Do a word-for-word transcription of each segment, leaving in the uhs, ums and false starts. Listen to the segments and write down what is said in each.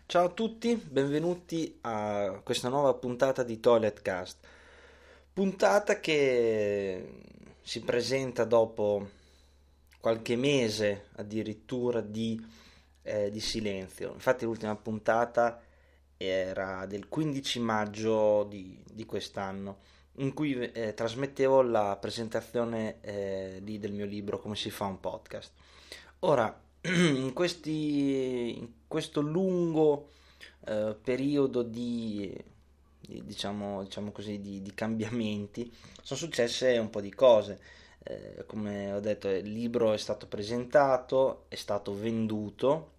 Ciao a tutti, benvenuti a questa nuova puntata di Toiletcast. Puntata che si presenta dopo qualche mese addirittura di, eh, di silenzio. Infatti l'ultima puntata era del quindici maggio di, di quest'anno, in cui eh, trasmettevo la presentazione eh, lì del mio libro Come si fa un podcast. Ora, in questi, in questo lungo eh, periodo di, di, diciamo, diciamo così, di, di cambiamenti, sono successe un po' di cose. Eh, come ho detto, il libro è stato presentato, è stato venduto,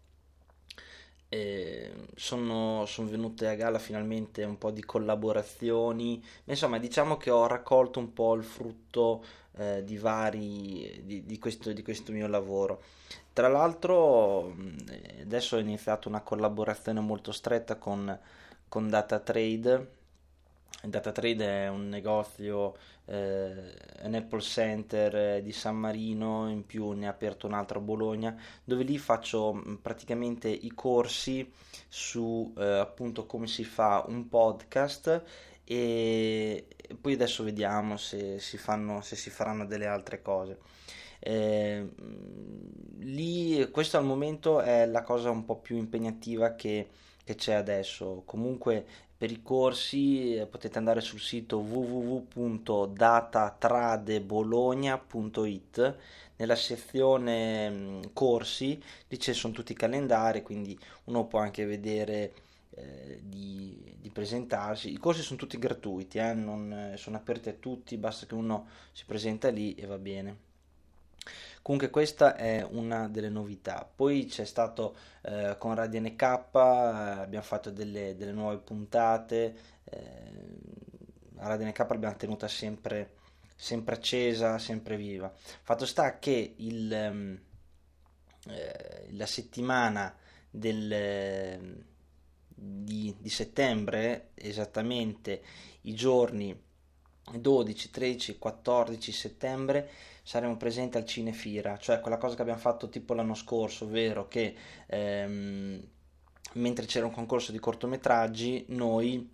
e sono, sono venute a galla finalmente un po' di collaborazioni. Insomma, diciamo che ho raccolto un po' il frutto eh, di vari di, di questo, di questo mio lavoro. Tra l'altro, mh, adesso ho iniziato una collaborazione molto stretta con, con DataTrade. DataTrade è un negozio, eh, un Apple Center eh, di San Marino, in più ne ha aperto un altro a Bologna, dove lì faccio mh, praticamente i corsi su eh, appunto come si fa un podcast e poi adesso vediamo se si fanno, se si faranno delle altre cose. Eh, lì, questo al momento è la cosa un po' più impegnativa che, che c'è adesso. Comunque per i corsi eh, potete andare sul sito w w w punto datatradebologna punto it. Nella sezione mh, corsi lì ci sono tutti i calendari, quindi uno può anche vedere eh, di, di presentarsi. I corsi sono tutti gratuiti, eh, non, eh, sono aperti a tutti, basta che uno si presenta lì e va bene. Comunque questa è una delle novità. Poi c'è stato eh, con Radio N K, eh, abbiamo fatto delle, delle nuove puntate. Eh, a Radio N K l'abbiamo tenuta sempre, sempre accesa, sempre viva. Fatto sta che il, ehm, eh, la settimana del, ehm, di, di settembre, esattamente i giorni dodici, tredici, quattordici settembre saremo presenti al Cinefira, cioè quella cosa che abbiamo fatto tipo l'anno scorso, ovvero che ehm, mentre c'era un concorso di cortometraggi noi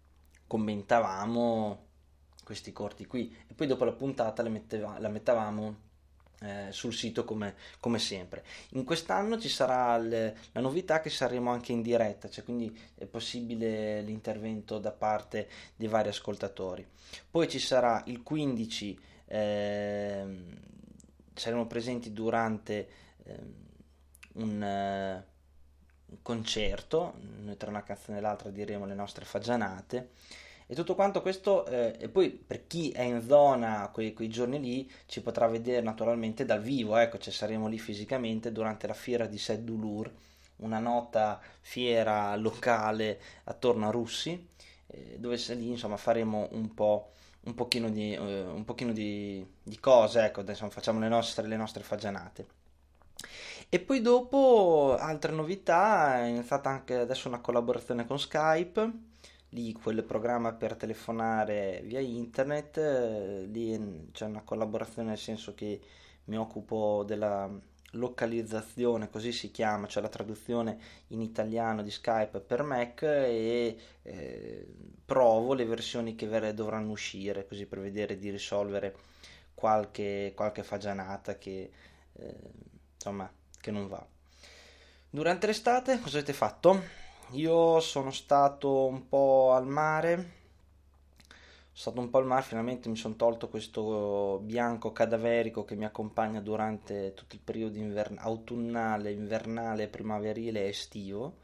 commentavamo questi corti qui e poi dopo la puntata la, metteva, la mettavamo eh, sul sito come, come sempre. In quest'anno ci sarà il- la novità che saremo anche in diretta, cioè quindi è possibile l'intervento da parte dei vari ascoltatori. Poi ci sarà il quindici, ehm, saremo presenti durante ehm, un, eh, un concerto, noi tra una canzone e l'altra diremo le nostre fagianate e tutto quanto questo, eh, e poi per chi è in zona quei, quei giorni lì ci potrà vedere naturalmente dal vivo, ecco, ci saremo lì fisicamente durante la fiera di Seddulur, una nota fiera locale attorno a Russi, eh, dove se lì insomma faremo un po' un pochino di, eh, un pochino di, di cose, ecco, insomma, facciamo le nostre, le nostre fagianate. E poi dopo altre novità, è iniziata anche adesso una collaborazione con Skype, lì quel programma per telefonare via internet, eh, lì c'è una collaborazione nel senso che mi occupo della localizzazione, così si chiama, cioè la traduzione in italiano di Skype per Mac e eh, provo le versioni che ver- dovranno uscire, così per vedere di risolvere qualche, qualche fagianata che eh, insomma che non va. Durante l'estate cosa avete fatto? Io sono stato un po' al mare, sono stato un po' al mare, finalmente mi sono tolto questo bianco cadaverico che mi accompagna durante tutto il periodo invern- autunnale, invernale, primaverile e estivo.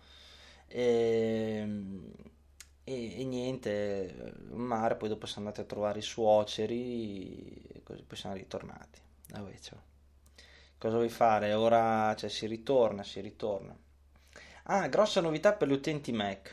E, e, e niente, al mare, poi dopo siamo andati a trovare i suoceri e così poi siamo ritornati. Ah, uè, ciao. Cosa vuoi fare? Ora, cioè, si ritorna, si ritorna. Ah, grossa novità per gli utenti Mac.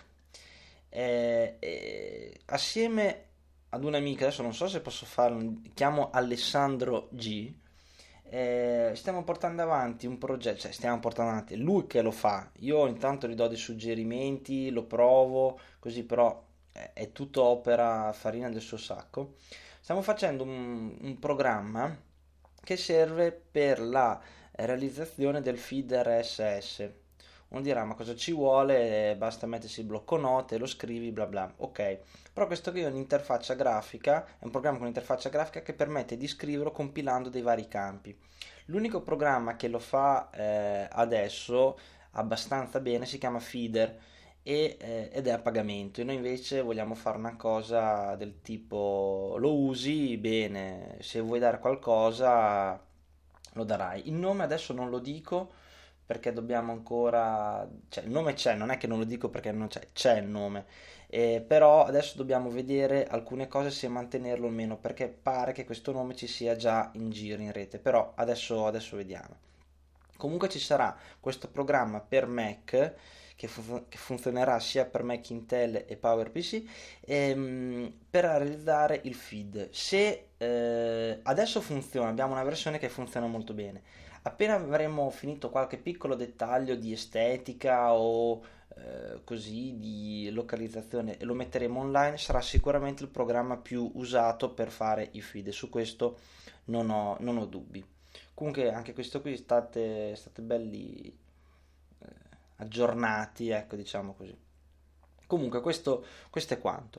Eh, eh, assieme ad un'amica, adesso non so se posso farlo, chiamo Alessandro G. Eh, stiamo portando avanti un progetto, cioè stiamo portando avanti, è lui che lo fa. Io intanto gli do dei suggerimenti, lo provo, così però è, è tutto opera farina del suo sacco. Stiamo facendo un, un programma che serve per la realizzazione del feed R S S, uno dirà ma cosa ci vuole, Eh, basta mettersi il blocco note, lo scrivi, bla bla, ok. Però questo qui è un'interfaccia grafica, è un programma con un'interfaccia grafica che permette di scriverlo compilando dei vari campi. L'unico programma che lo fa eh, adesso abbastanza bene si chiama Feeder e, eh, ed è a pagamento. E noi invece vogliamo fare una cosa del tipo lo usi bene, se vuoi dare qualcosa lo darai. Il nome adesso non lo dico perché dobbiamo ancora, cioè il nome c'è, non è che non lo dico perché non c'è, c'è il nome. Eh, però adesso dobbiamo vedere alcune cose se mantenerlo o meno perché pare che questo nome ci sia già in giro in rete, però adesso, adesso vediamo. Comunque ci sarà questo programma per Mac che, fu- che funzionerà sia per Mac Intel e PowerPC ehm, per realizzare il feed. Se eh, adesso funziona, abbiamo una versione che funziona molto bene. Appena avremo finito qualche piccolo dettaglio di estetica o eh, così di localizzazione e lo metteremo online, sarà sicuramente il programma più usato per fare i feed. Su questo non ho, non ho dubbi. Comunque anche questo qui state, state belli eh, aggiornati, ecco, diciamo così. Comunque questo, questo è quanto.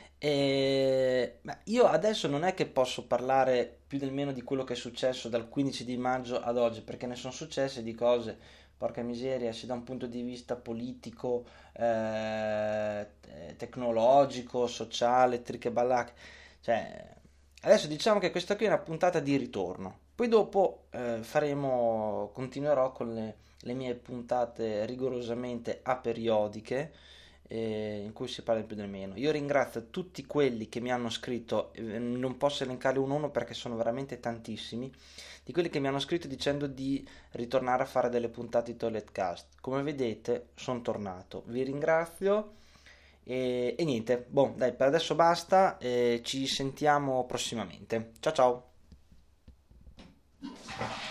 E, ma io adesso non è che posso parlare più del meno di quello che è successo dal quindici di maggio ad oggi, perché ne sono successe di cose, porca miseria, sia da un punto di vista politico, eh, tecnologico, sociale, triche e ballacche. Cioè, adesso diciamo che questa qui è una puntata di ritorno. Poi dopo eh, faremo, continuerò con le, le mie puntate rigorosamente aperiodiche eh, in cui si parla più del meno. Io ringrazio tutti quelli che mi hanno scritto, eh, non posso elencarli uno a uno perché sono veramente tantissimi, di quelli che mi hanno scritto dicendo di ritornare a fare delle puntate di Toilet Cast. Come vedete, sono tornato. Vi ringrazio e, e niente, boh, dai, per adesso basta, eh, ci sentiamo prossimamente. Ciao ciao!